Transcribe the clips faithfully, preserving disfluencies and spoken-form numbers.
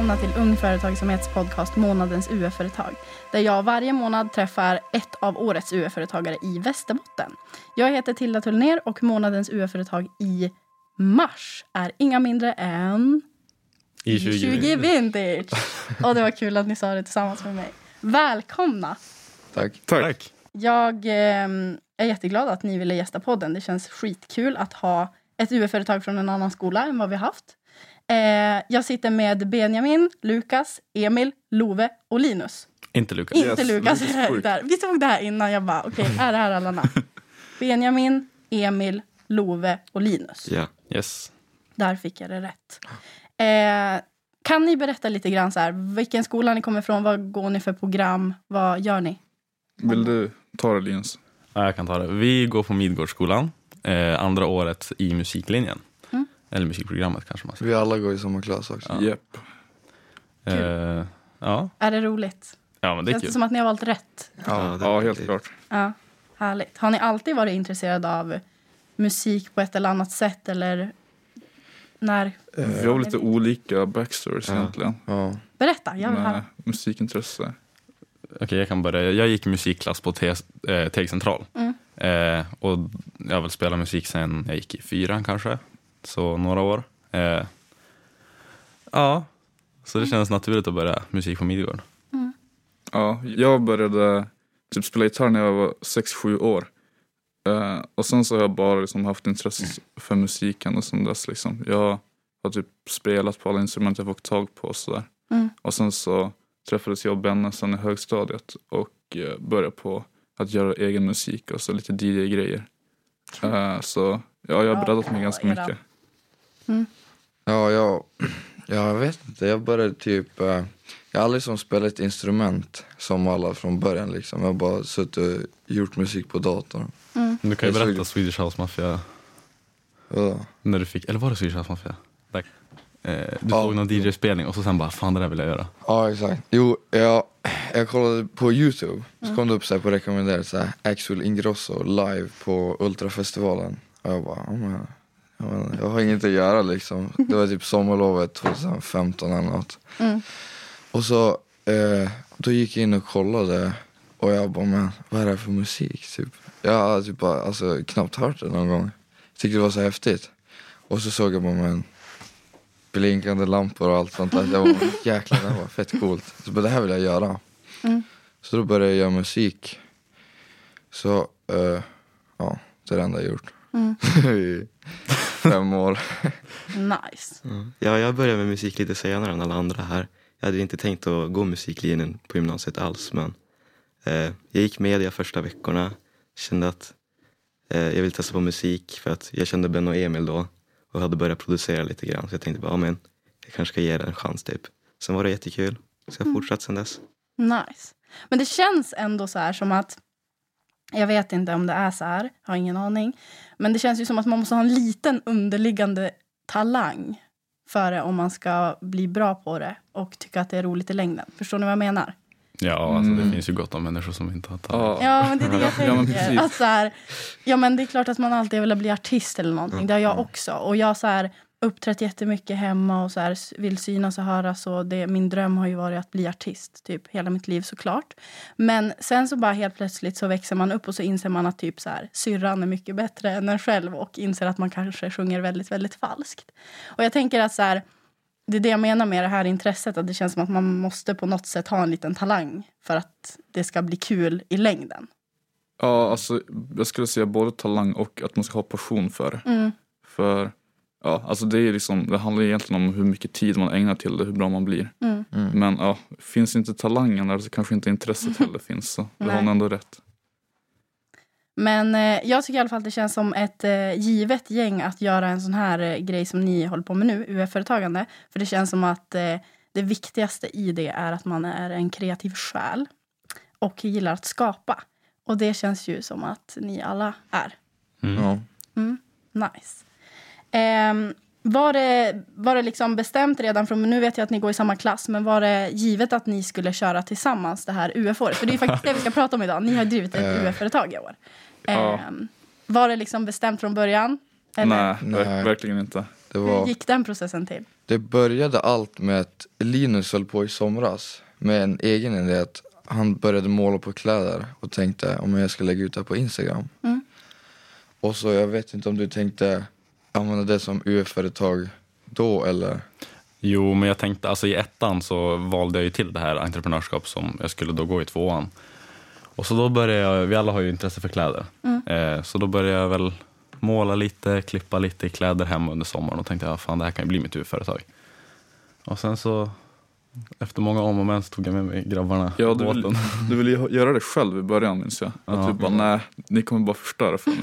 välkomna till Ung Företagsamhetspodcast Månadens U F-företag. Där jag varje månad träffar ett av årets U F-företagare i Västerbotten. Jag heter Tilda Tullner och månadens U F-företag i mars är inga mindre än I tjugo Vintage. Och det var kul att ni sa det tillsammans med mig. Välkomna! Tack. Tack. Jag eh, är jätteglad att ni ville gästa podden. Det känns skitkul att ha ett U F-företag från en annan skola än vad vi har haft. Eh, jag sitter med Benjamin, Lukas, Emil, Love och Linus. Inte Lukas. Inte Yes, Lukas. Lukas Där. Vi tog det här innan. Jag bara, okej, okay, är det här alla namn? Benjamin, Emil, Love och Linus. Ja. Yes. Där fick jag det rätt. Eh, kan ni berätta lite grann så här, vilken skola ni kommer ifrån? Vad går ni för program? Vad gör ni? Vill du ta det, Linus? Ja, jag kan ta det. Vi går på Midgårdsskolan. Eh, andra året i musiklinjen. Mm. Eller musikprogrammet kanske man säger. Vi alla går i samma klass också. Ja. Yep. Eh, ja. Är det roligt? Ja, men det är Känns det kul. som att ni har valt rätt? Ja, det Ja, helt klart. Ja, härligt. Har ni alltid varit intresserade av musik på ett eller annat sätt? Eller när? Vi har lite olika backstories Ja. egentligen. Ja. Berätta, jag vill höra. Med musikintresse. Okej, jag kan börja. Jag gick i musikklass på T- eh, Teg Central. Mm. Eh, och jag har väl spelat musik sen jag gick i fyran kanske. Så några år. Eh, ja, så det känns naturligt att börja musik på Midgård. Ja, jag började typ spela gitarr när jag var sex sju år. Uh, och sen så har jag bara liksom haft intresse för musiken och sen dess liksom. Jag har typ spelat på alla instrument jag fått tag på och sådär. Mm. Och sen så träffades jag och Benne sen i högstadiet och uh, började på att göra egen musik och så lite D J-grejer. Uh, så ja, jag har breddat mig ganska era. mycket. Mm. Ja, jag, jag vet inte. Jag började typ... eh, Jag har aldrig som spelat ett instrument som alla från början liksom. Jag har bara suttit och gjort musik på datorn. Mm. Du kan ju Jag berätta såg- Swedish House Mafia. Ja. När du fick, eller var det Swedish House Mafia? Back. Eh, du Ja. såg någon D J-spelning och så sen bara, fan det där vill jag göra. Ja, exakt. Jo, jag, jag kollade på YouTube. Så kom det upp så här på rekommenderat så här Axel Ingrosso live på Ultrafestivalen. Och jag bara, ja, men, ja, men, jag har inget att göra liksom. Det var typ sommarlovet tjugohundrafemton eller något. Mm. Och så eh, då gick jag in och kollade. Och jag bara, men vad är det här för musik? Typ. Jag har typ bara, alltså, knappt hört det någon gång. Jag tyckte det var så häftigt. Och så såg jag bara, men blinkande lampor och allt sånt där. Jag var jäklar, det var fett coolt. Så bara, det här vill jag göra. Mm. Så då började jag göra musik. Så, eh, ja, det är det enda jag gjort. Mm. I fem år. Nice. Ja, jag började med musik lite senare än alla andra här. Jag hade inte tänkt att gå musiklinjen på gymnasiet alls, men eh, jag gick media första veckorna. Kände att eh, jag ville testa på musik för att jag kände Ben och Emil då och hade börjat producera lite grann. Så jag tänkte bara, ja, men jag kanske ska ge det en chans typ. Sen var det jättekul, så jag har fortsatt sen dess. Nice. Men det känns ändå så här som att, jag vet inte om det är så här, har ingen aning. Men det känns ju som att man måste ha en liten underliggande talang för det om man ska bli bra på det och tycka att det är roligt i längden. Förstår ni vad jag menar? Ja, alltså det Mm. finns ju gott om människor som inte har talat. Ja. Ja, men det är det jag Ja, men tänker. precis. Att så här, ja, men det är klart att man alltid vill bli artist eller någonting. Det har jag också. Och jag så här uppträtt jättemycket hemma och så här vill synas och höras. Och det, min dröm har ju varit att bli artist typ hela mitt liv såklart. Men sen så bara helt plötsligt så växer man upp och så inser man att typ så här syrran är mycket bättre än en själv och inser att man kanske sjunger väldigt, väldigt falskt. Och jag tänker att så här, det är det jag menar med det här intresset, att det känns som att man måste på något sätt ha en liten talang för att det ska bli kul i längden. Ja, alltså jag skulle säga både talang och att man ska ha passion för det. Mm. För ja, alltså det är liksom, det handlar egentligen om hur mycket tid man ägnar till det, hur bra man blir. Mm. Men ja, finns inte talangen där så kanske inte intresset heller finns, så det har Nej. man ändå rätt. Men eh, jag tycker i alla fall att det känns som ett eh, givet gäng att göra en sån här eh, grej som ni håller på med nu, U F-företagande. För det känns som att eh, det viktigaste i det är att man är en kreativ själ och gillar att skapa. Och det känns ju som att ni alla är. Mm. Ja. Mm, nice. Ehm, var det, var det liksom bestämt redan från, nu vet jag att ni går i samma klass, men var det givet att ni skulle köra tillsammans det här U F-året? För det är faktiskt det vi ska prata om idag. Ni har drivit ett U F-företag i år. Ja. Ehm, var det liksom bestämt från början? Eller? Nej, Nej. ver- verkligen inte. Det var... Hur gick den processen till? Det började allt med att Linus höll på i somras med en egen idé att han började måla på kläder och tänkte om jag ska lägga ut det på Instagram. Mm. Och så jag vet inte om du tänkte använda det som U F-företag då eller? Jo, men jag tänkte, alltså i ettan så valde jag ju till det här entreprenörskap som jag skulle då gå i tvåan. Och så då började jag, vi alla har ju intresse för kläder. Mm. Eh, så då började jag väl måla lite, klippa lite i kläder hemma under sommaren och tänkte jag, fan det här kan ju bli mitt U F-företag. Och sen så, efter många om och men så tog jag med mig grabbarna Ja, på du vill, båten. du ville ju göra det själv i början, minns jag. Att Ja. du bara, nej, ni kommer bara förstöra för mig.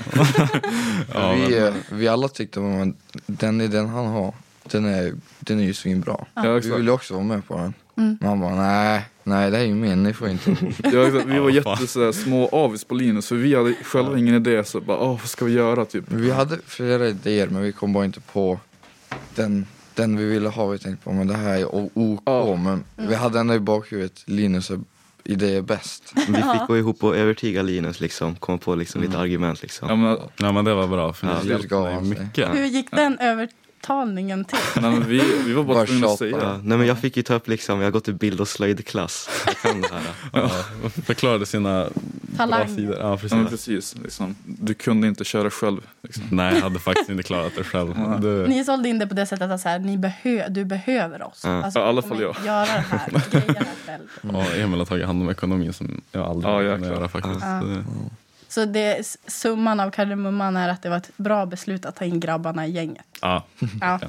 Ja, vi, men- eh, vi alla tyckte att den idén han har, den är, den är ju svinbra. Ja, Vi exakt. ville också vara med på den. Mm. Men han bara, nej, nej det är ju min, ni får inte. Ja, exakt. Vi var Ja, fan. jättesmå avis på Linus, för vi hade själva ingen idé. Så bara, åh, vad ska vi göra typ? Vi hade flera idéer men vi kom bara inte på den, den vi ville ha. Vi tänkte på, men det här är o- OK. Ja. Men vi hade ändå i bakhuvudet, Linus idé är bäst. Vi fick gå ihop och övertyga Linus liksom, komma på liksom lite argument liksom. Ja, men, Ja, men det var bra, för Ja, det det hjälpte gav mig han sig. mycket. Hur gick den övertalningen till? nej, men vi, vi var bara Bara tvungna att tjata. säga Ja, det. nej men jag fick ju ta upp liksom, jag har gått i bild- och slöjdklass. Jag kan det här. Ja, förklarade sina bra Talang. sidor. Ja, precis. Ja, men precis, liksom. Du kunde inte köra själv. Liksom. Nej, jag hade faktiskt inte klarat det själv. Ja. Det, Ni sålde in det på det sättet att så här, ni behö- du behöver oss. Ja. Alltså, Ja, i alla du fall kommer jag. göra det här, grejerna själv. ja, Emil har tagit hand om ekonomin som jag aldrig Ja, ja, jäklar. kunde göra faktiskt. Ja. Det- Så det, summan av kardemumman är att det var ett bra beslut att ta in grabbarna i gänget. Ja, Ja. verkligen.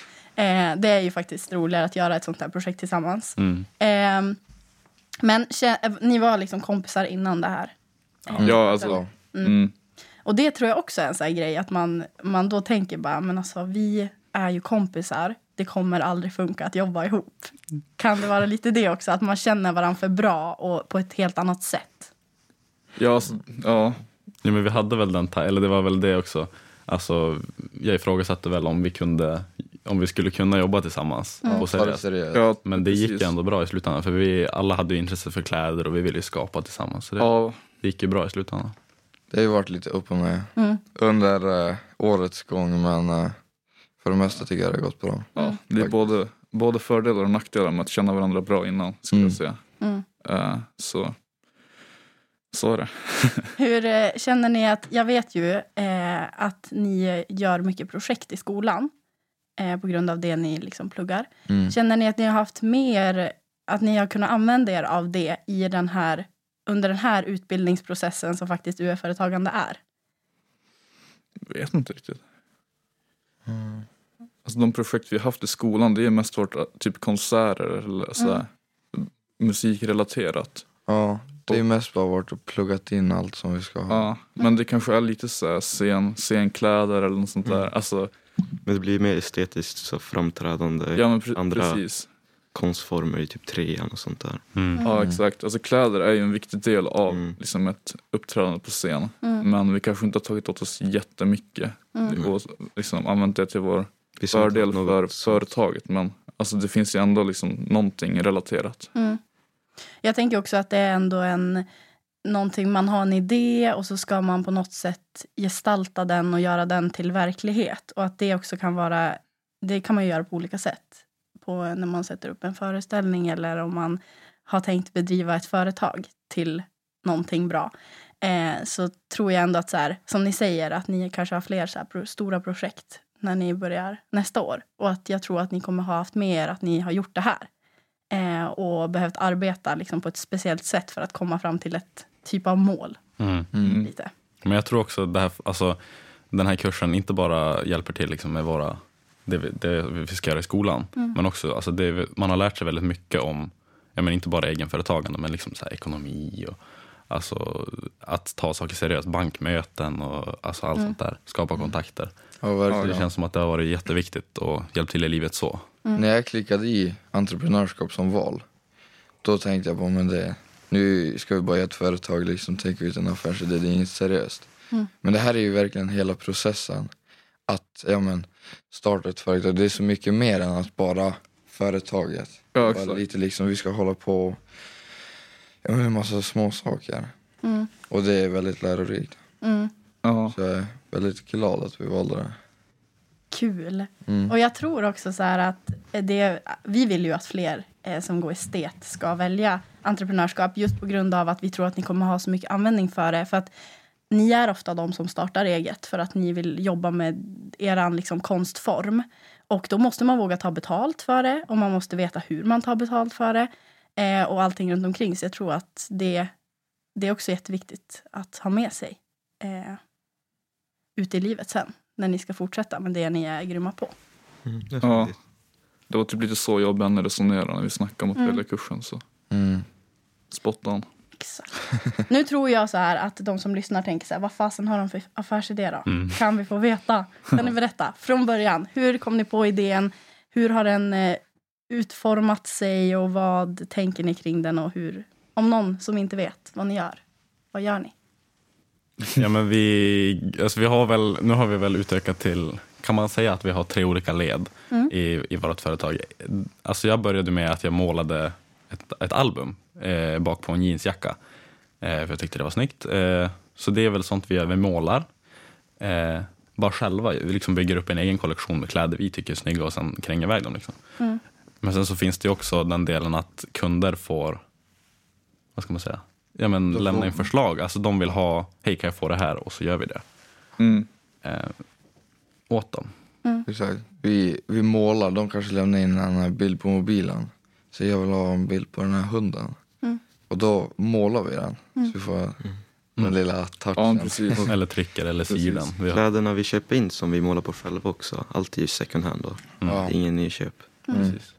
Eh, det är ju faktiskt roligare att göra ett sånt här projekt tillsammans. Mm. Eh, men kä- ni var liksom kompisar innan det här. Ja, alltså. Ja. Mm. Och det tror jag också är en sån här grej att man, man då tänker bara, men alltså vi är ju kompisar. Det kommer aldrig funka att jobba ihop. Kan det vara lite det också, att man känner varandra för bra och på ett helt annat sätt? Ja, alltså, ja. Ja, men vi hade väl den, ta- eller det var väl det också. Alltså, jag ifrågasatte väl om vi kunde, om vi skulle kunna jobba tillsammans Mm. på Ta det seriöst. seriöst. ja Men det gick precis. ändå bra i slutändan, för vi alla hade ju intresse för kläder och vi ville ju skapa tillsammans. Så det, Ja, det gick ju bra i slutändan. Det har ju varit lite upp och ner Mm. under eh, årets gång, men eh, för det mesta tycker jag det har gått bra. ja. Det är Tack. både, både fördelar och nackdelar med att känna varandra bra innan, skulle Mm. jag säga. Mm. Eh, så, så är det. Hur eh, känner ni att, jag vet ju eh, att ni gör mycket projekt i skolan eh, på grund av det ni liksom pluggar. Mm. Känner ni att ni har haft mer, att ni har kunnat använda er av det i den här, under den här utbildningsprocessen som faktiskt U F-företagande är? Jag vet inte riktigt. Alltså de projekt vi har haft i skolan, det är mest varit uh, typ konserter eller sådär. Musikrelaterat. Ja, det är ju mest bara varit och pluggat in allt som vi ska ha. Ja, men det kanske är lite såhär scen, scenkläder eller något sånt där. Alltså, Men det blir mer estetiskt så framträdande ja men pre- andra precis. konstformer i typ trean och sånt där. Mm. Ja, exakt. Alltså kläder är ju en viktig del av Mm. liksom ett uppträdande på scen. Mm. Men vi kanske inte har tagit åt oss jättemycket Mm. och liksom använt det till vår Vi sa inte fördel något- för företaget. Men alltså det finns ju ändå liksom någonting relaterat. Mm. Jag tänker också att det är ändå en, någonting, man har en idé och så ska man på något sätt gestalta den och göra den till verklighet. Och att det också kan vara, det kan man ju göra på olika sätt. På när man sätter upp en föreställning eller om man har tänkt bedriva ett företag till någonting bra. Eh, så tror jag ändå att så här, som ni säger, att ni kanske har fler så här pro- stora projekt när ni börjar nästa år. Och att jag tror att ni kommer ha haft mer att ni har gjort det här. Eh, och behövt arbeta liksom på ett speciellt sätt för att komma fram till ett typ av mål. Mm. Mm. Lite. Men jag tror också att det här, alltså, den här kursen inte bara hjälper till liksom med våra, det, vi- det vi ska göra i skolan. Mm. Men också, alltså det, man har lärt sig väldigt mycket om, jag menar inte bara egenföretagande, men liksom så här ekonomi och alltså att ta saker seriöst, bankmöten och alltså allt Mm. sånt där, skapa kontakter. Ja, Så verkligen. det känns som att det har varit jätteviktigt och hjälpt till i livet så. Mm. När jag klickade i entreprenörskap som val, då tänkte jag på, men det, nu ska vi bara göra ett företag, liksom tänka ut en affärsidé, det är inget seriöst. Mm. Men det här är ju verkligen hela processen. Att ja, men, starta ett företag, det är så mycket mer än att bara företaget. Ja, Bara exakt. lite liksom, vi ska hålla på, ja, men en massa små saker. Mm. Och det är väldigt lärorikt. Mm. Ja. Så jag är väldigt glad att vi valde det. Kul. Mm. Och jag tror också så här att det, vi vill ju att fler eh, som går estet ska välja entreprenörskap just på grund av att vi tror att ni kommer ha så mycket användning för det. För att ni är ofta de som startar eget för att ni vill jobba med eran liksom konstform. Och då måste man våga ta betalt för det och man måste veta hur man tar betalt för det eh, och allting runt omkring. Så jag tror att det, det är också jätteviktigt att ha med sig eh, ute i livet sen när ni ska fortsätta med det ni är grymma på. Mm, Ja. Det var typ lite så jag och Benny resonerade när vi snackade om att Mm. välja kursen. Så Mm. spot on. Exakt. Nu tror jag så här att de som lyssnar tänker så här, vad fasen har de för affärsidé då? Mm. Kan vi få veta? Kan ni berätta från början? Hur kom ni på idén? Hur har den eh, utformat sig och vad tänker ni kring den? Och hur, om någon som inte vet vad ni gör, vad gör ni? Ja, men vi, alltså vi har väl, nu har vi väl utökat till, kan man säga att vi har tre olika led Mm. i, i vårt företag. Alltså jag började med att jag målade ett, ett album eh, bak på en jeansjacka. Eh, för jag tyckte det var snyggt. Eh, så det är väl sånt vi gör, vi målar. Eh, bara själva, vi liksom bygger upp en egen kollektion med kläder vi tycker är snygga och sen kränger iväg dem. Liksom. Mm. Men sen så finns det ju också den delen att kunder får, vad ska man säga? Ja, men Då lämna får- in förslag. Alltså de vill ha, hej kan jag få det här? Och så gör vi det. Mm. Eh, åt dem. Exakt. Vi, vi målar, de kanske lämnar in en här bild på mobilen. Så jag vill ha en bild på den här hunden. Mm. Och då målar vi den. Så vi får den lilla touchen. Ja, precis. Eller trycker eller syr den. Vi har, Kläderna vi köper in som vi målar på själva också. Alltid second hand då. Ja. Ingen nyköp. precis.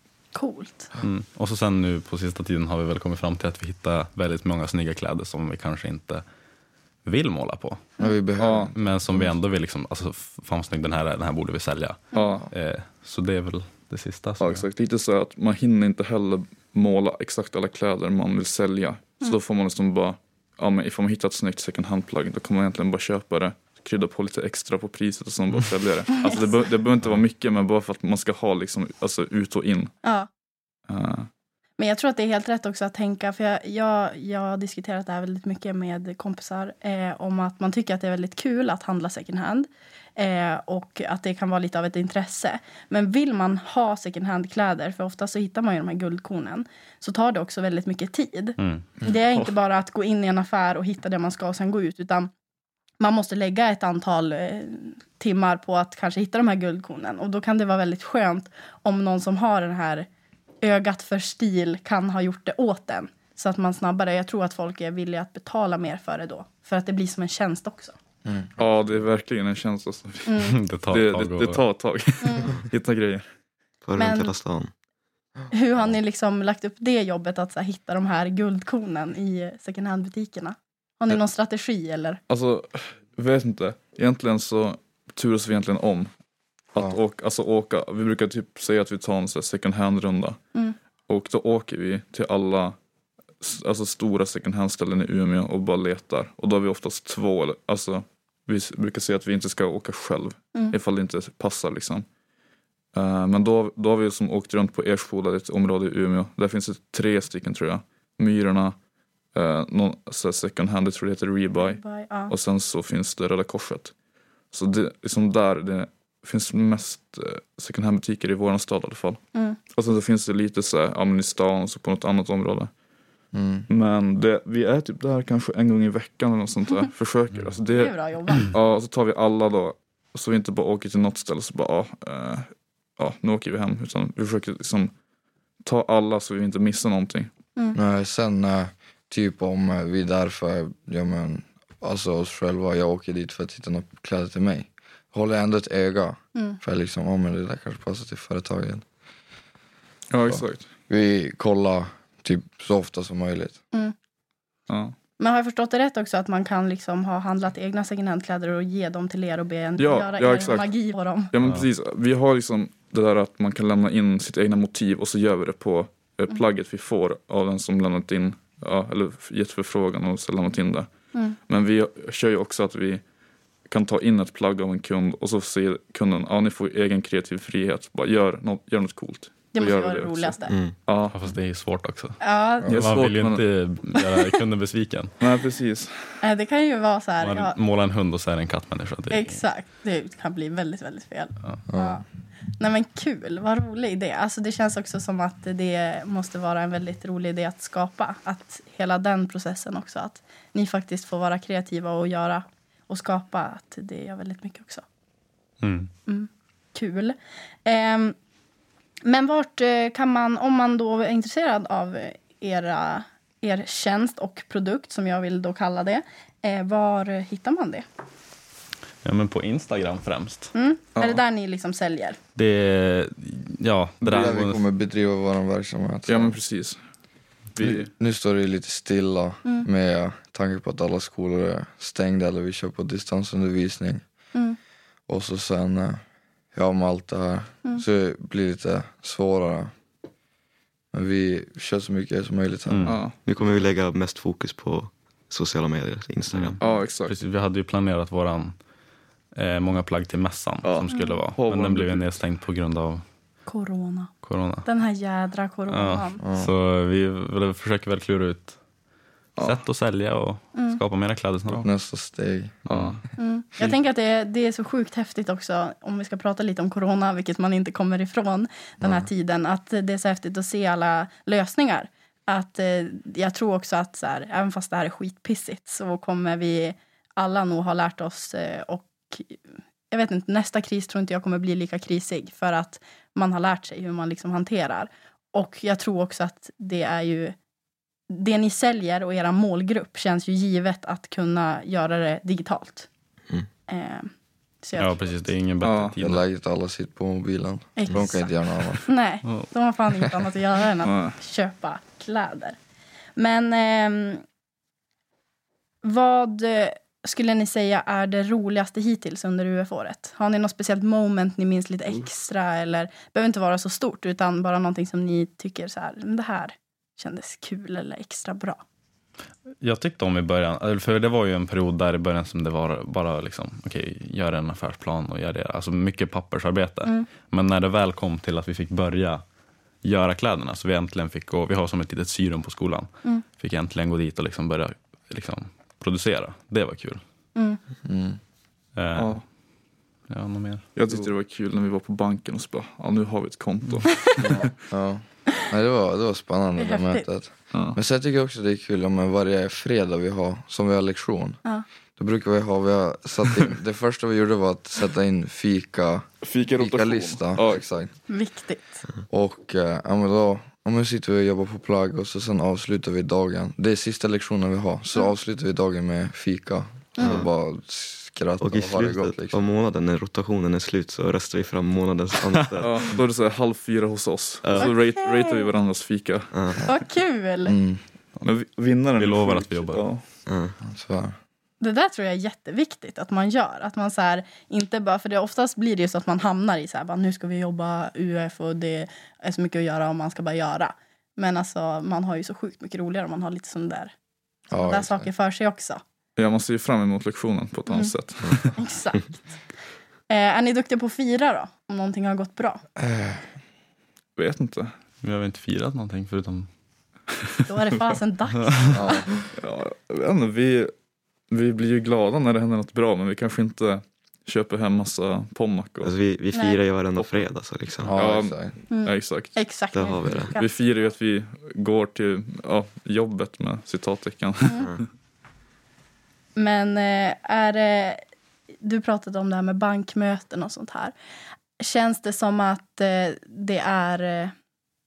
Coolt. Mm. Och så sen nu på sista tiden har vi väl kommit fram till att vi hittar väldigt många snygga kläder som vi kanske inte vill måla på. Men vi behöver. Ja. Men som vi ändå vill liksom, alltså fan vad snygg den här är, den här borde vi sälja. Ja. Eh, så det är väl det sista. som Ja, jag- exakt. Lite så att man hinner inte heller måla exakt alla kläder man vill sälja. Så då får man liksom bara, ja men ifall man hittar ett snyggt second hand plagg, då kan man egentligen bara köpa det, krydda på lite extra på priset och sen bara sälja det. Alltså det, be- det behöver inte vara mycket, men bara för att man ska ha liksom, alltså ut och in. Ja. Uh, Men jag tror att det är helt rätt också att tänka, för jag, jag, jag har diskuterat det här väldigt mycket med kompisar eh, om att man tycker att det är väldigt kul att handla second hand eh, och att det kan vara lite av ett intresse. Men vill man ha second hand-kläder, för ofta så hittar man ju de här guldkornen, så tar det också väldigt mycket tid. Mm. Det är inte bara att gå in i en affär och hitta det man ska och sen gå ut, utan man måste lägga ett antal eh, timmar på att kanske hitta de här guldkornen. Och då kan det vara väldigt skönt om någon som har den här ögat för stil kan ha gjort det åt den. Så att man snabbare, jag tror att folk är villiga att betala mer för det då. För att det blir som en tjänst också. ja, det är verkligen en känsla. Alltså. det tar Det, ett tag det, och- det tar ett tag. Hitta grejer. På Men- runt hela stan. Hur har ni liksom lagt upp det jobbet att så här, hitta de här guldkornen i second hand-butikerna? Har ni någon strategi eller? Alltså, jag vet inte. Egentligen så turas vi egentligen om. Att Ja. åka, alltså åka, vi brukar typ säga att vi tar en så här second hand-runda. Mm. Och då åker vi till alla s- alltså stora second hand-ställen i Umeå och bara letar. Och då har vi oftast två, eller- alltså vi s- brukar säga att vi inte ska åka själv. Mm. Ifall det inte passar liksom. Eh, men då, då har vi som åkt runt på Ersboda, ett område i Umeå. Där finns det tre stycken tror jag. Myrorna, uh, någon så här second hand, jag tror det heter Rebuy. Ja. Och sen så finns det Röda Korset. Så det liksom där det finns mest eh, second hand butiker i våran stad i alla fall. Mm. Och sen så finns det lite så här, ja men i stan och så på något annat område. Mm. Men det, vi är typ där kanske en gång i veckan eller något sånt där. Försöker. Alltså Det är det, bra jobbat. ja, och så tar vi alla då. Så vi inte bara åker till något ställe så bara, ja, eh, ja nu åker vi hem. Utan vi försöker liksom ta alla så vi inte missar någonting. Nej, sen eh, typ om eh, vi därför, ja men, alltså oss själva, jag åker dit för att hitta något kläder till mig. Håller ändå ett öga. Mm. För liksom, ja men det där kanske passar till företaget. Ja, exakt. Vi kollar typ så ofta som möjligt. Ja. Men har jag förstått det rätt också att man kan liksom ha handlat egna second hand-kläder och ge dem till er och be en Ja, göra ja, er exakt. magi på dem? Ja men precis, vi har liksom det där att man kan lämna in sitt egna motiv och så gör vi det på eh, plagget vi får av den som lämnat in, ja, eller gett förfrågan och så lämnat in det. Mm. Men vi kör ju också att vi kan ta in ett plagg av en kund och så säger kunden, ja ni får egen kreativ frihet, bara gör något, gör något coolt. Det Och måste göra vara det det också. roligaste. Mm. Ja, Ja, fast det är svårt också. Ja, det är Man svårt, vill ju men- inte göra kunden besviken. nej precis. eh, det kan ju vara så här. Man Ja, målar en hund och så är det en kattmänniska. Det är, exakt. Det kan bli väldigt, väldigt fel. Ja. Ja. Nej men kul, vad rolig idé. Alltså det känns också som att det måste vara en väldigt rolig idé att skapa. Att hela den processen också, att ni faktiskt får vara kreativa och göra och skapa, att det gör väldigt mycket också. Mm. Mm. Kul. Ehm, men vart eh, kan man, om man då är intresserad av era, er tjänst och produkt, som jag vill då kalla det, eh, var hittar man det? Ja, men på Instagram främst. Mm? Ja. Är det där ni liksom säljer? Det är, ja, det Det är där där vi kommer bedriva vår verksamhet. Ja men precis. Vi, Nu, nu står det ju lite stilla med tanke på att alla skolor är stängda eller vi kör på distansundervisning. Mm. Och så sen, eh, ja med allt det här. Så det blir lite svårare. Men vi kör så mycket som möjligt här. Mm. ja, Nu kommer vi lägga mest fokus på sociala medier, Instagram. Mm. ja exakt. Precis, vi hade ju planerat våran eh, många plagg till mässan Ja. som skulle vara. Ja, Men den våran blev ju butik. nedstängd på grund av Corona. corona. Den här jädra Ja, coronan. så vi väl, försöker väl klura ut Ja. sätt att sälja och skapa mera kläder snarare. Nästa steg. Ja. Mm. Jag tänker att det är, det är så sjukt häftigt också, om vi ska prata lite om corona, vilket man inte kommer ifrån den här tiden, att det är så häftigt att se alla lösningar. Att eh, jag tror också att så här, även fast det här är skitpissigt, så kommer vi alla nog ha lärt oss eh, och jag vet inte, nästa kris tror inte jag kommer bli lika krisig, för att man har lärt sig hur man liksom hanterar. Och jag tror också att det är ju det ni säljer och era målgrupp känns ju givet att kunna göra det digitalt. Mm. Eh, så jag Ja, tror- precis. Det är ingen bättre Ja, Det tid. är läget att alla sitter på mobilen. De kan Exakt. inte göra något annat. Nej, Ja. de har fan inget annat att göra än att Nej. köpa kläder. Men ehm, vad eh, skulle ni säga är det roligaste hittills under U F-året? Har ni något speciellt moment ni minns lite extra? Eller det behöver inte vara så stort, utan bara någonting som ni tycker så här, men det här kändes kul eller extra bra. Jag tyckte om i början, för det var ju en period där i början som det var bara liksom, okej, gör en affärsplan och gör det, alltså mycket pappersarbete. Mm. Men när det väl kom till att vi fick börja göra kläderna, så vi äntligen fick gå, vi har som ett litet syrum på skolan, Mm. fick äntligen gå dit och liksom börja liksom producera. Det var kul. Mm. Mm. Eh, Ja. ja, något mer? Jag tyckte det var kul när vi var på banken och så bara, ja nu har vi ett konto. Ja. Nej, det var, det var spännande Det är det häftigt. mötet. Ja. Men sen tycker jag också det är kul om varje fredag vi har, som vi har lektion. Ja. Då brukar vi ha, vi har satt in, det första vi gjorde var att sätta in fika, Fika rotation. fika-lista. Ja, Exakt. Viktigt. Och eh, ja, men då, ja, men sitter vi och jobbar på plagg och så sen avslutar vi dagen. Det är sista lektionen vi har, så Mm. avslutar vi dagen med fika. Så bara skratta Och i och ha det slutet gott liksom. av månaden, när rotationen är slut, så röstar vi fram månadens anställd. Ja, då är det så här halv fyra hos oss. Ja. Så rate, Okej. ratear vi varandras fika. Ja, Vad kul! Mm, Men vi- vinnaren Vi är lovar sjuk. att vi jobbar. Ja. ja. så här. Det där tror jag är jätteviktigt att man gör. Att man så här, inte bara, för det oftast blir det ju så att man hamnar i så här, bara, nu ska vi jobba U F och det är så mycket att göra och man ska bara göra. Men alltså, man har ju så sjukt mycket roligare om man har lite sån där, såna Ja, där exakt. saker för sig också. Ja, man ser ju fram emot lektionen på ett annat Mm. sätt. Exakt. Eh, är ni duktiga på att fira då? Om någonting har gått bra? Eh, Vet inte. Vi har väl inte firat någonting förutom... Då är det fasen dags. ja. Ja, jag vet inte, vi, vi blir ju glada när det händer något bra, men vi kanske inte köper hem massa pommac. Och, Alltså vi, vi Nej. firar ju varenda fredag så liksom. Ja, Ja. exakt. ja, exakt. Exakt. Där har vi det. Vi firar ju att vi går till ja, jobbet med citattecken. Men eh, är det, du pratade om det här med bankmöten och sånt här. Känns det som att eh, det är eh,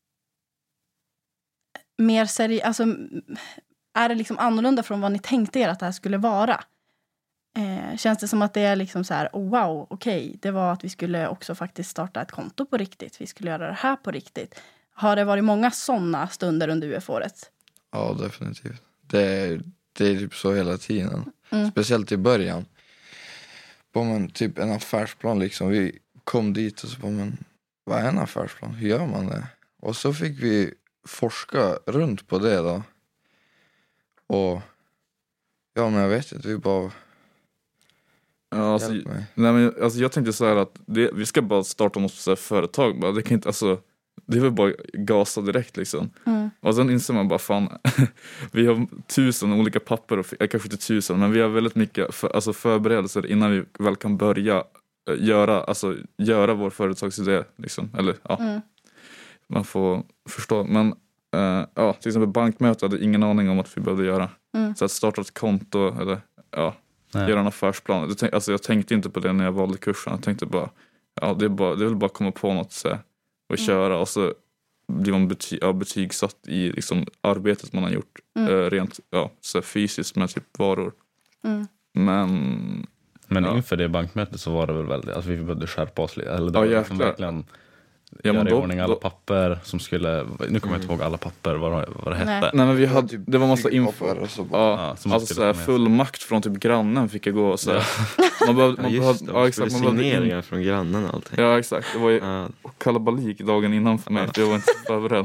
mer seriöst, alltså är det liksom annorlunda från vad ni tänkte er att det här skulle vara? Eh, känns det som att det är liksom så här, oh, wow, okej, okay, det var att vi skulle också faktiskt starta ett konto på riktigt. Vi skulle göra det här på riktigt. Har det varit många sådana stunder under U F-året? Ja, definitivt. Det är, det är typ så hela tiden. Mm. Speciellt i början. Bara man, typ en affärsplan liksom. Vi kom dit och så bara, men vad är en affärsplan? Hur gör man det? Och så fick vi forska runt på det då. Och ja, men jag vet inte, vi bara... Ja, alltså, Hjälp mig. nej, men, alltså, jag tänkte så här att det, vi ska bara starta något så här företag. Bara. Det kan inte, alltså, det var bara gasa direkt liksom. Mm. Och sen inser man bara fan, vi har tusen olika papper, och, äh, kanske inte tusen, men vi har väldigt mycket för, alltså förberedelser innan vi väl kan börja äh, göra, alltså, göra vår företagsidé liksom. Eller ja, Mm. man får förstå. Men äh, ja, till exempel bankmöte hade ingen aning om att vi behövde göra. Mm. Så att starta ett konto eller ja, Nej. göra en affärsplan. Det tänk, alltså, jag tänkte inte på det när jag valde kursen. Jag tänkte bara, ja, det är, bara, det är väl bara att komma på något så här, och Mm. köra. Och så blir man bety, ja, betygsatt i liksom, arbetet man har gjort. Mm. Eh, rent ja, så här, fysiskt med typ varor. Mm. Men Men Ja. inför det bankmötet så var det väl väldigt, alltså vi behövde skärpa oss lite. Eller det Ja, var liksom jäklar. verkligen ja, men göra i då, ordning alla då, papper som skulle, nu kommer jag inte ihåg alla papper, vad, det- vad det hette. Nej. nej men vi Det var hade, typ det var massa info. papper och så bara- Ja, Ja, som man alltså skulle så här, ta med. full makt från typ grannen fick jag gå och så här. Man behövde, Ja, man just behövde, det. ja, Ja, exakt, man behövde in, signeringar från grannen och allting. ja exakt, det var ju Ja, kalabalik dagen innan för mig, för jag var inte förberedd.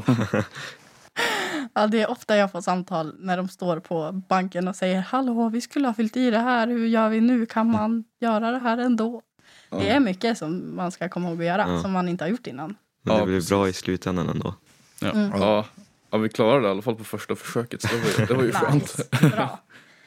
Ja, det är ofta jag får samtal när de står på banken och säger hallå, vi skulle ha fyllt i det här, hur gör vi nu, kan man göra det här ändå? Det är mycket som man ska komma ihåg att göra, Ja. som man inte har gjort innan. men det Ja, blir precis. bra i slutändan ändå. Mm. Ja, ja, vi klarade det i alla fall på första försöket, så det var ju, det var ju skönt. Nice, bra.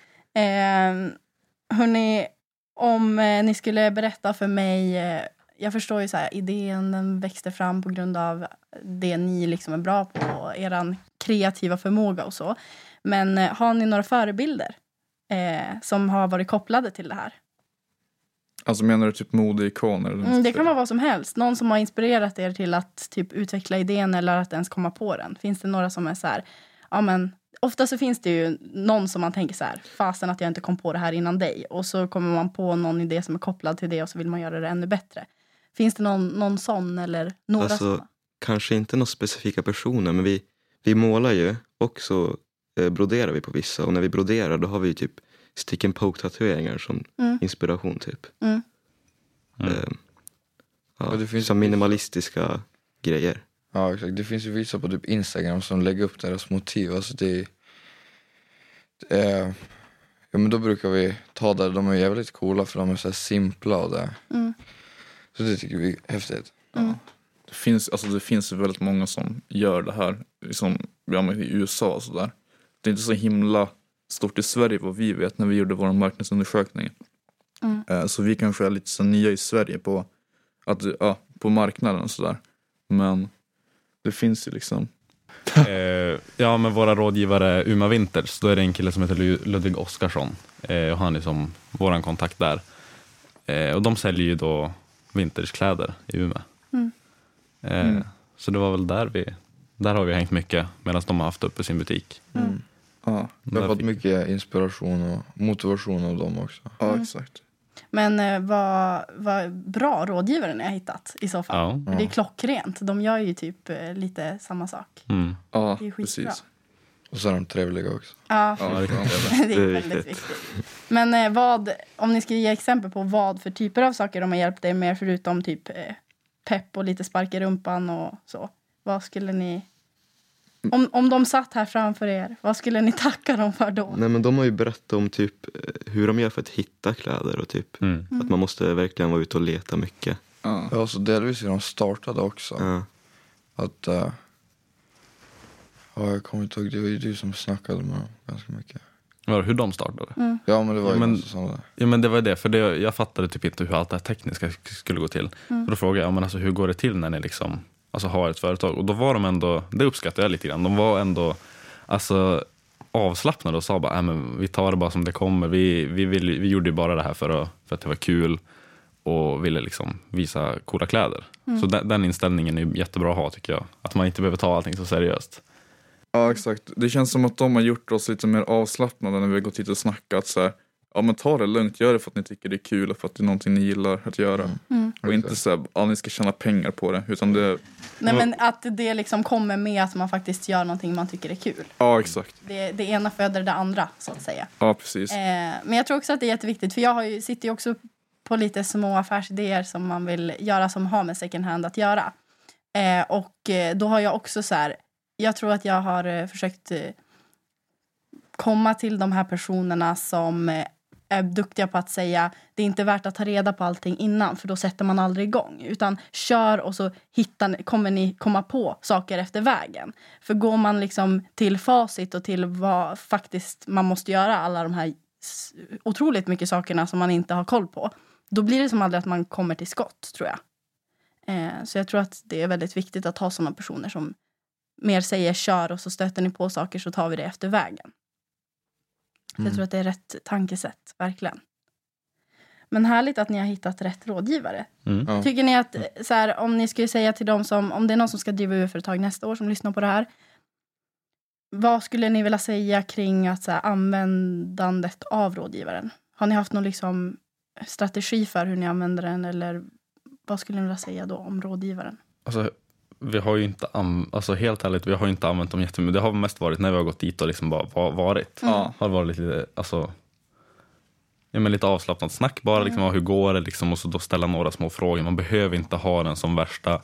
Eh, hörni, om eh, ni skulle berätta för mig, eh, jag förstår ju så här, idén den växte fram på grund av det ni liksom är bra på, eran kreativa förmåga och så. Men eh, har ni några förebilder eh, som har varit kopplade till det här? Alltså menar du typ modeikoner? eller Mm, det något? kan vara vad som helst. Någon som har inspirerat er till att typ utveckla idén eller att ens komma på den. Finns det några som är så här, ja men ofta så finns det ju någon som man tänker så här, fasen att jag inte kom på det här innan dig. Och så kommer man på någon idé som är kopplad till det och så vill man göra det ännu bättre. Finns det någon, någon sån eller några Alltså, såna? kanske inte några specifika personer, men vi, vi målar ju och så eh, broderar vi på vissa. Och när vi broderar då har vi typ stick and poke tatueringar som Mm. inspiration typ. Mm. Mm. Eh, ja, Ja, det finns som vissa- minimalistiska grejer. Ja, exakt. Det finns ju vissa på typ Instagram som lägger upp deras motiv. Alltså det, det är... Ja, men då brukar vi ta det. De är jävligt coola för de är så här simpla och det. Mm. Så det tycker vi är häftigt. Mm. Det finns, alltså det finns ju väldigt många som gör det här liksom, ja, men i U S A och sådär. Det är inte så himla stort i Sverige vad vi vet när vi gjorde vår marknadsundersökning. Mm. Eh, Så vi kanske är lite så nya i Sverige på, att, ja, på marknaden och sådär. Men det finns ju liksom. Eh, ja, men våra rådgivare Uma Winters, då är det en kille som heter Lu- Ludvig Oskarsson. Eh, och han är som våran kontakt där. Eh, och de säljer ju då vinterskläder i Umeå. Mm. Eh, Mm. Så det var väl där vi, där har vi hängt mycket medan de har haft uppe sin butik. Mm. Ja, Vi har Där fått fick- mycket inspiration och motivation av dem också. ja Mm. exakt. Men eh, vad, vad bra rådgivare ni har hittat i så fall. Ja. För det är klockrent. De gör ju typ eh, lite samma sak. Mm. Ja, Det är skitbra. precis. Och så är de trevliga också. Ja, Ja, Ja, det kan jag det är Det är väldigt viktigt. viktigt. Men eh, vad, om ni ska ge exempel på vad för typer av saker de har hjälpt er med förutom typ eh, pepp och lite spark i rumpan och så. Vad skulle ni... Om, om de satt här framför er, vad skulle ni tacka dem för då? Nej, men de har ju berättat om typ eh, hur de gör för att hitta kläder och typ Mm. att man måste verkligen vara ute och leta mycket. Ja. Ja, så delvis hur de startade också. Ja. Att... Uh, ja, jag kommer inte ihåg. Det var ju du som snackade med dem ganska mycket. Var det hur de startade? Mm. Ja, men det var Ja, ju men- massa sådana där. Ja, men det var det, för det, jag fattade typ inte hur allt det här tekniska skulle gå till. Mm. Och då frågade jag, ja, men alltså, hur går det till när ni liksom, alltså, har ett företag? Och då var de ändå, det uppskattar jag lite grann, de var ändå alltså, avslappnade och sa bara, äh, men vi tar det bara som det kommer. Vi, vi, vill, vi gjorde ju bara det här för att, för att det var kul och ville liksom visa coola kläder. Så den, den inställningen är jättebra att ha, tycker jag. Att man inte behöver ta allting så seriöst. Ja, exakt. Det känns som att de har gjort oss lite mer avslappnade när vi har gått hit och snackat så här. Ja, men ta det lugnt, gör det för att ni tycker det är kul och för att det är någonting ni gillar att göra. Mm. Och inte så här, ja, ni ska tjäna pengar på det, utan det, Nej, men att det liksom kommer med att man faktiskt gör någonting man tycker är kul. ja exakt. Det, det ena föder det andra, så att säga. Ja, precis. Eh, men jag tror också att det är jätteviktigt, för jag har ju, sitter ju också på lite små affärsidéer som man vill göra som har med second hand att göra. Eh, och eh, då har jag också så här, jag tror att jag har eh, försökt eh, komma till de här personerna som eh, är duktiga på att säga det är inte värt att ta reda på allting innan, för då sätter man aldrig igång. Utan kör och så hittar, kommer ni komma på saker efter vägen. För går man liksom till facit och till vad faktiskt man måste göra, alla de här otroligt mycket sakerna som man inte har koll på, då blir det som aldrig att man kommer till skott, tror jag. Eh, så jag tror att det är väldigt viktigt att ha sådana personer som mer säger kör och så stöter ni på saker så tar vi det efter vägen. Så jag tror att det är rätt tankesätt, verkligen. Men härligt att ni har hittat rätt rådgivare. Mm. Ja. Tycker ni att, så här, om ni skulle säga till dem som, om det är någon som ska driva U F-företag nästa år som lyssnar på det här, vad skulle ni vilja säga kring att, så här, användandet av rådgivaren? Har ni haft någon liksom strategi för hur ni använder den, eller vad skulle ni vilja säga då om rådgivaren? Alltså, vi har ju inte, an- alltså helt ärligt, vi har ju inte använt dem jättemycket. Det har mest varit när vi har gått dit och liksom bara va- varit. Mm. Ja. Har varit lite, alltså, ja, men lite avslappnat snack bara, liksom, mm. hur går det liksom, och så då ställa några små frågor. Man behöver inte ha den som värsta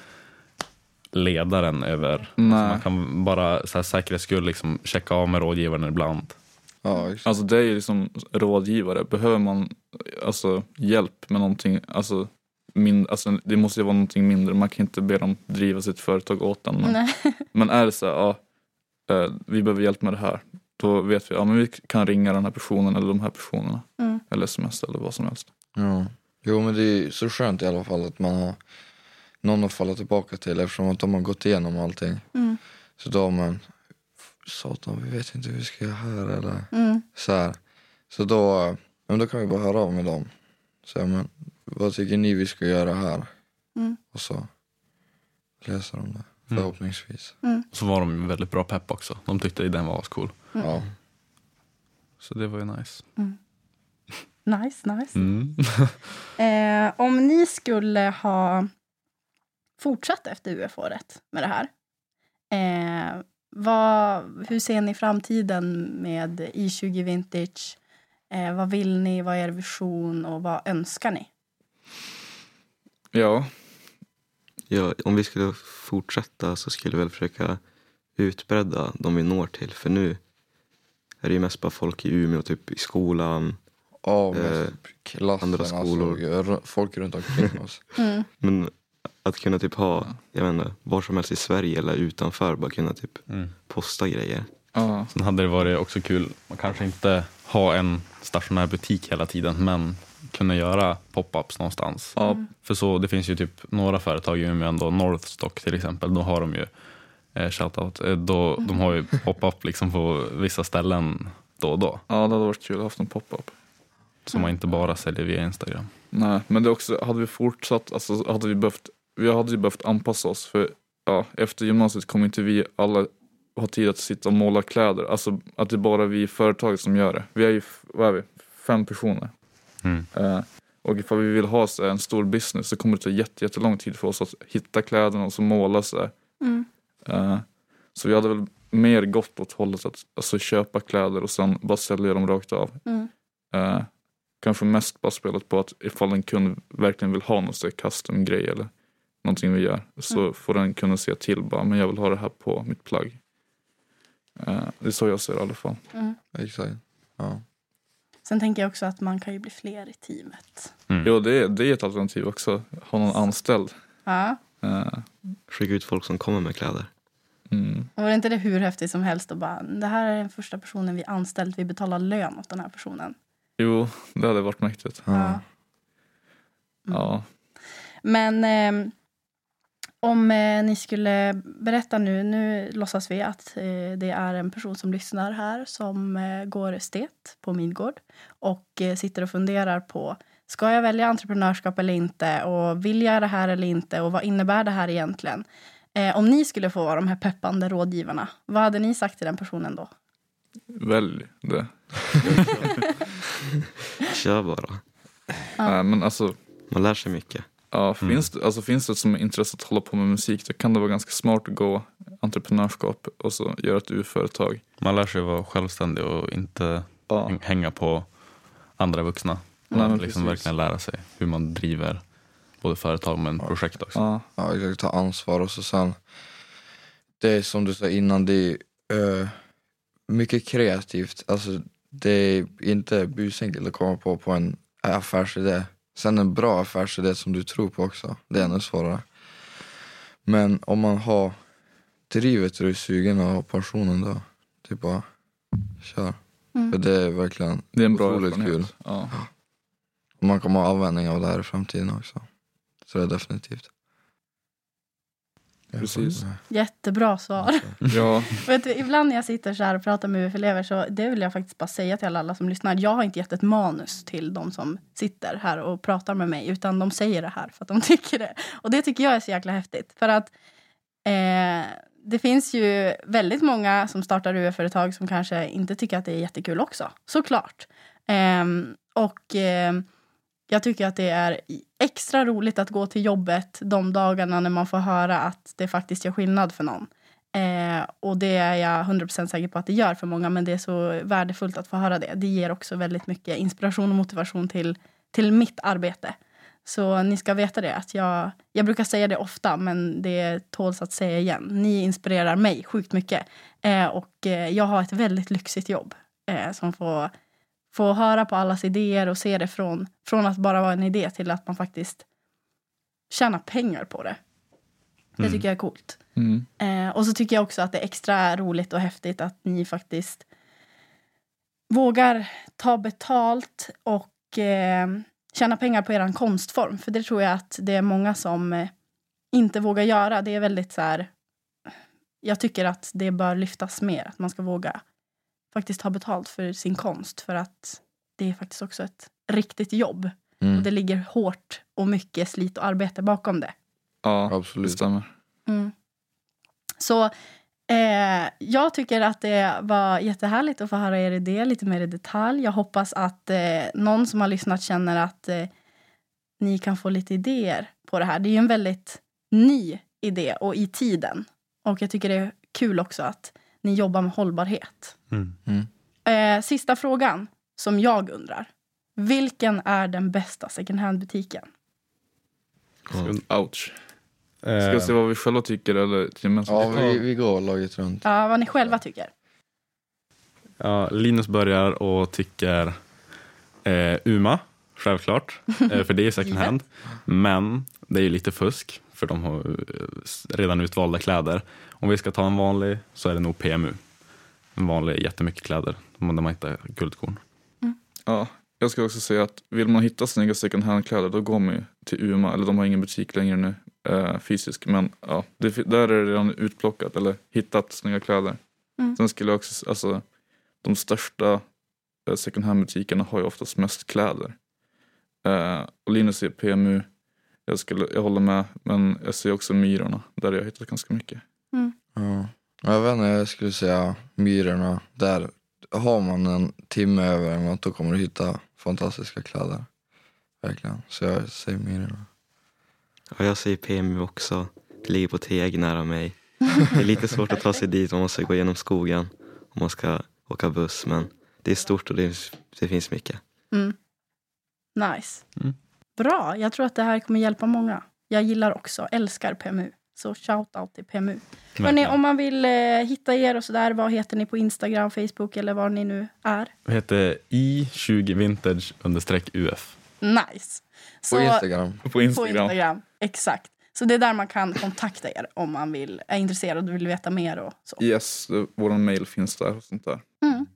ledaren över. Alltså, man kan bara så här, säkerhets skull liksom checka av med rådgivaren ibland. Ja, exakt. Alltså det är ju liksom rådgivare. Behöver man alltså hjälp med någonting, alltså, min, alltså det måste ju vara någonting mindre. Man kan inte be dem driva sitt företag åt en. Men, Nej. men är det så här, ja, eh, vi behöver hjälp med det här, då vet vi, ja men vi kan ringa den här personen eller de här personerna. Mm. Eller sms eller vad som helst. Ja. Jo, men det är så skönt i alla fall att man har någon att falla tillbaka till, eftersom att de har gått igenom allting. Mm. Så då, men satan, vi vet inte hur vi ska göra här eller Mm. så här. Så då, men då kan vi bara höra av med dem. Så här, men vad tycker ni vi ska göra här? Mm. Och så läser de det, förhoppningsvis. Mm. Och så var de väldigt bra pepp också. De tyckte den var cool. Mm. Ja. Så det var ju nice. Mm. Nice, nice. Mm. Eh, om ni skulle ha fortsatt efter U F-året med det här, eh, vad, hur ser ni framtiden med I tjugo Vintage? Eh, vad vill ni? Vad är er vision? Och vad önskar ni? Ja, Ja, om vi skulle fortsätta så skulle vi väl försöka utbredda de vi når till. För nu är det ju mest bara folk i Umeå, typ i skolan. Ja, med Eh, klassen, andra skolor. alltså, r- folk runt omkring oss. Mm. Men att kunna typ ha, jag vet inte, var som helst i Sverige eller utanför, bara kunna typ Mm. posta grejer. ja. Sen hade det varit också kul, man kanske inte ha en stationär butik hela tiden, men kunna göra pop-ups någonstans. ja. För så, det finns ju typ några företag i Umeå ändå, Northstock till exempel, då har de ju eh, shoutout, eh, då, de har ju pop-up liksom på vissa ställen då och då. Ja, det hade varit kul att ha haft en pop-up. Så man inte bara säljer via Instagram. Nej, men det är också, hade vi fortsatt, alltså hade vi behövt, vi hade ju behövt anpassa oss, för ja, efter gymnasiet kommer inte vi alla ha tid att sitta och måla kläder. Alltså att det är bara vi i företaget som gör det. Vi är ju, vad är vi, fem personer. Mm. Eh, och ifall vi vill ha så här, en stor business, så kommer det ta jätte, jättelång tid för oss att hitta kläderna och så måla så här. Mm. Eh, så vi hade väl mer gått åt hållet att alltså, köpa kläder och sen bara sälja dem rakt av. Mm. Eh, kanske mest bara spelat på att ifall en kund verkligen vill ha något så här custom grej eller någonting vi gör, så Mm. får den kunna säga till bara, men jag vill ha det här på mitt plagg. Eh, det är så jag ser det i alla fall. Mm. Exakt. Ja. Sen tänker jag också att man kan ju bli fler i teamet. Mm. Jo, det är, det är ett alternativ också. Ha någon anställd. Ja. Eh, Skicka ut folk som kommer med kläder. mm. Och var det inte det hur häftigt som helst och bara, det här är den första personen vi anställt, vi betalar lön åt den här personen. Jo, det hade varit mäktigt. Ja. Ja. Mm. Ja. Men eh, om eh, ni skulle berätta nu, nu låtsas vi att eh, det är en person som lyssnar här som eh, går estet på Midgård och eh, sitter och funderar på, ska jag välja entreprenörskap eller inte, och vill jag det här eller inte, och vad innebär det här egentligen? Eh, om ni skulle få vara de här peppande rådgivarna, vad hade ni sagt till den personen då? Välj det. Kör bara. Nej, men alltså, Man lär sig mycket. ja, finns, det, alltså, finns det som är intresse att hålla på med musik, då kan det vara ganska smart att gå entreprenörskap och så göra ett U-företag. Man lär sig vara självständig och inte Ja. häng- hänga på andra vuxna. Nej, men Och liksom precis. verkligen lära sig hur man driver både företag men projekt också. Ja. Ja, exakt, ta ansvar. Och så sen, det är som du sa innan, det är uh, mycket kreativt. Alltså, det är inte busenkelt att komma på på en affärsidé. Sen en bra affärsidé som du tror på också, det är ännu svårare. Men om man har drivet och är sugen och har passionen då, typ bara kör. Mm. För det är verkligen Det är en bra otroligt erfarenhet. kul. Ja. Och man kommer ha användning av det här i framtiden också. Så det är definitivt. Precis. Jättebra svar. Ja, Vet du, ibland när jag sitter så här och pratar med U F-elever så det vill jag faktiskt bara säga till alla som lyssnar. Jag har inte gett ett manus till de som sitter här och pratar med mig, utan de säger det här för att de tycker det. Och det tycker jag är så jäkla häftigt. För att eh, det finns ju väldigt många som startar U F-företag som kanske inte tycker att det är jättekul också. Såklart. Eh, och eh, jag tycker att det är extra roligt att gå till jobbet de dagarna när man får höra att det faktiskt gör skillnad för någon. Eh, och det är jag hundra procent säker på att det gör för många, men det är så värdefullt att få höra det. Det ger också väldigt mycket inspiration och motivation till, till mitt arbete. Så ni ska veta det, att jag, jag brukar säga det ofta, men det tåls att säga igen. Ni inspirerar mig sjukt mycket. Eh, och eh, jag har ett väldigt lyxigt jobb eh, som får... Få höra på allas idéer och se det från, från att bara vara en idé till att man faktiskt tjänar pengar på det. Det Mm. tycker jag är coolt. mm. Eh, och så tycker jag också att det är extra roligt och häftigt att ni faktiskt vågar ta betalt och eh, tjäna pengar på er konstform. För det tror jag att det är många som eh, inte vågar göra. Det är väldigt så här... Jag tycker att det bör lyftas mer. Att man ska våga faktiskt ha betalt för sin konst, för att det är faktiskt också ett riktigt jobb. Mm. Och det ligger hårt och mycket slit och arbete bakom det. Ja, Absolut. det stämmer. Mm. Så eh, jag tycker att det var jättehärligt att få höra er idé lite mer i detalj. Jag hoppas att eh, någon som har lyssnat känner att eh, ni kan få lite idéer på det här. Det är ju en väldigt ny idé och i tiden. Och jag tycker det är kul också att ni jobbar med hållbarhet. Mm. Mm. Eh, sista frågan som jag undrar. Vilken är den bästa second hand-butiken? Ouch. Ska Eh, vi se vad vi själva tycker eller gemensamt? Ja, vi, vi går laget runt. Ja, vad ni själva tycker. ja, Linus börjar och tycker eh, Uma, självklart. eh, för det är second hand. Men det är ju lite fusk, för de har eh, redan utvalda kläder. Om vi ska ta en vanlig så är det nog P M U. En vanlig, jättemycket kläder. Där man inte har guldkorn. Ja, jag ska också säga att vill man hitta snygga second hand-kläder då går man ju till Uma. Eller de har ingen butik längre nu eh, fysisk. Men ja, det, där är det redan utplockat eller hittat snygga kläder. Mm. Sen skulle jag också, alltså de största eh, second hand-butikerna har ju oftast mest kläder. Eh, och Linus är P M U. Jag, skulle, jag håller med, men jag ser också Myrorna. Där jag har hittat ganska mycket. Ja. Jag vet inte, jag skulle säga Myrorna. Där har man en timme över en mat, då kommer du hitta fantastiska kläder. Verkligen. Så jag säger Myrorna. Och jag säger P M U också. Det ligger på Teg nära mig. Det är lite svårt att ta sig dit om man ska gå igenom skogen. Om man ska åka buss. Men det är stort och det, det finns mycket. Mm. Nice. Mm. Bra, jag tror att det här kommer hjälpa många. Jag gillar också, älskar P M U. Så shout out till P M U. Hörrni, om man vill eh, hitta er och sådär, vad heter ni på Instagram, Facebook eller var ni nu är? Det heter i tjugo vintage understreck U F. Nice. Så, På Instagram. På på Instagram. Instagram, exakt. Så det är där man kan kontakta er om man vill, är intresserad och vill veta mer och så. Yes, det- våran mail finns där och sånt där. Mm.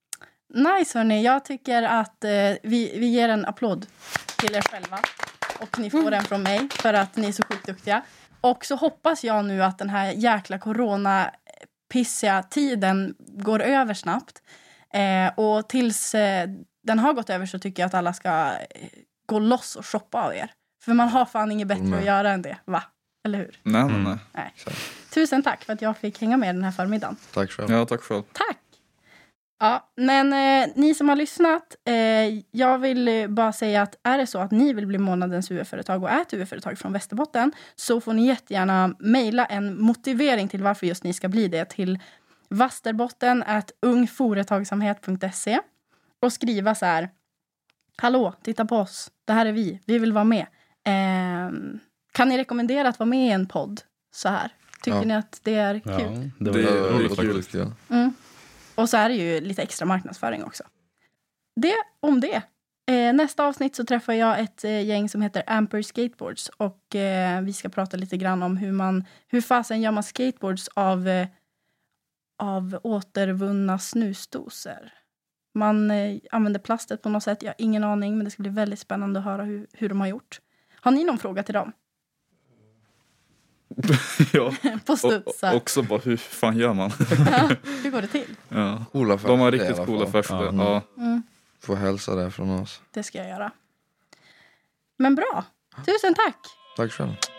Nice hörni, jag tycker att eh, vi, vi ger en applåd till er själva. Och ni får den från mig för att ni är så sjukt duktiga. Och så hoppas jag nu att den här jäkla corona-pissiga tiden går över snabbt. Eh, och tills eh, den har gått över så tycker jag att alla ska eh, gå loss och shoppa av er. För man har fan inget bättre Mm. att göra än det, va? Eller hur? Nej, nej, Mm. nej. Nej. Exakt. Tusen tack för att jag fick hänga med den här förmiddagen. Tack själv. Ja, tack själv. Tack! Ja, men eh, ni som har lyssnat, eh, jag vill eh, bara säga att är det så att ni vill bli månadens U F-företag och är ett U F-företag från Västerbotten så får ni jättegärna mejla en motivering till varför just ni ska bli det till vasterbotten at ungforetagsamhet punkt se och skriva så här: hallå, titta på oss, det här är vi, vi vill vara med. Eh, kan ni rekommendera att vara med i en podd så här? Tycker Ja. ni att det är kul? Ja, det var Det- ju det är roligt kul. faktiskt. kul. Mm. Och så är det ju lite extra marknadsföring också. det om det. Eh, nästa avsnitt så träffar jag ett eh, gäng som heter Amper Skateboards. Och eh, vi ska prata lite grann om hur man, hur fasen gör man skateboards av, eh, av återvunna snusdoser. Man eh, använder plastet på något sätt, jag har ingen aning, men det ska bli väldigt spännande att höra hur, hur de har gjort. Har ni någon fråga till dem? Ja. På studs. Och, också bara, hur fan gör man? Ja, hur går det till? Ja. Coola De har fester i riktigt alla coola fall. fester. Ja. Ja. Mm, Får hälsa det från oss. det ska jag göra. Men bra. Tusen tack! Tack själv.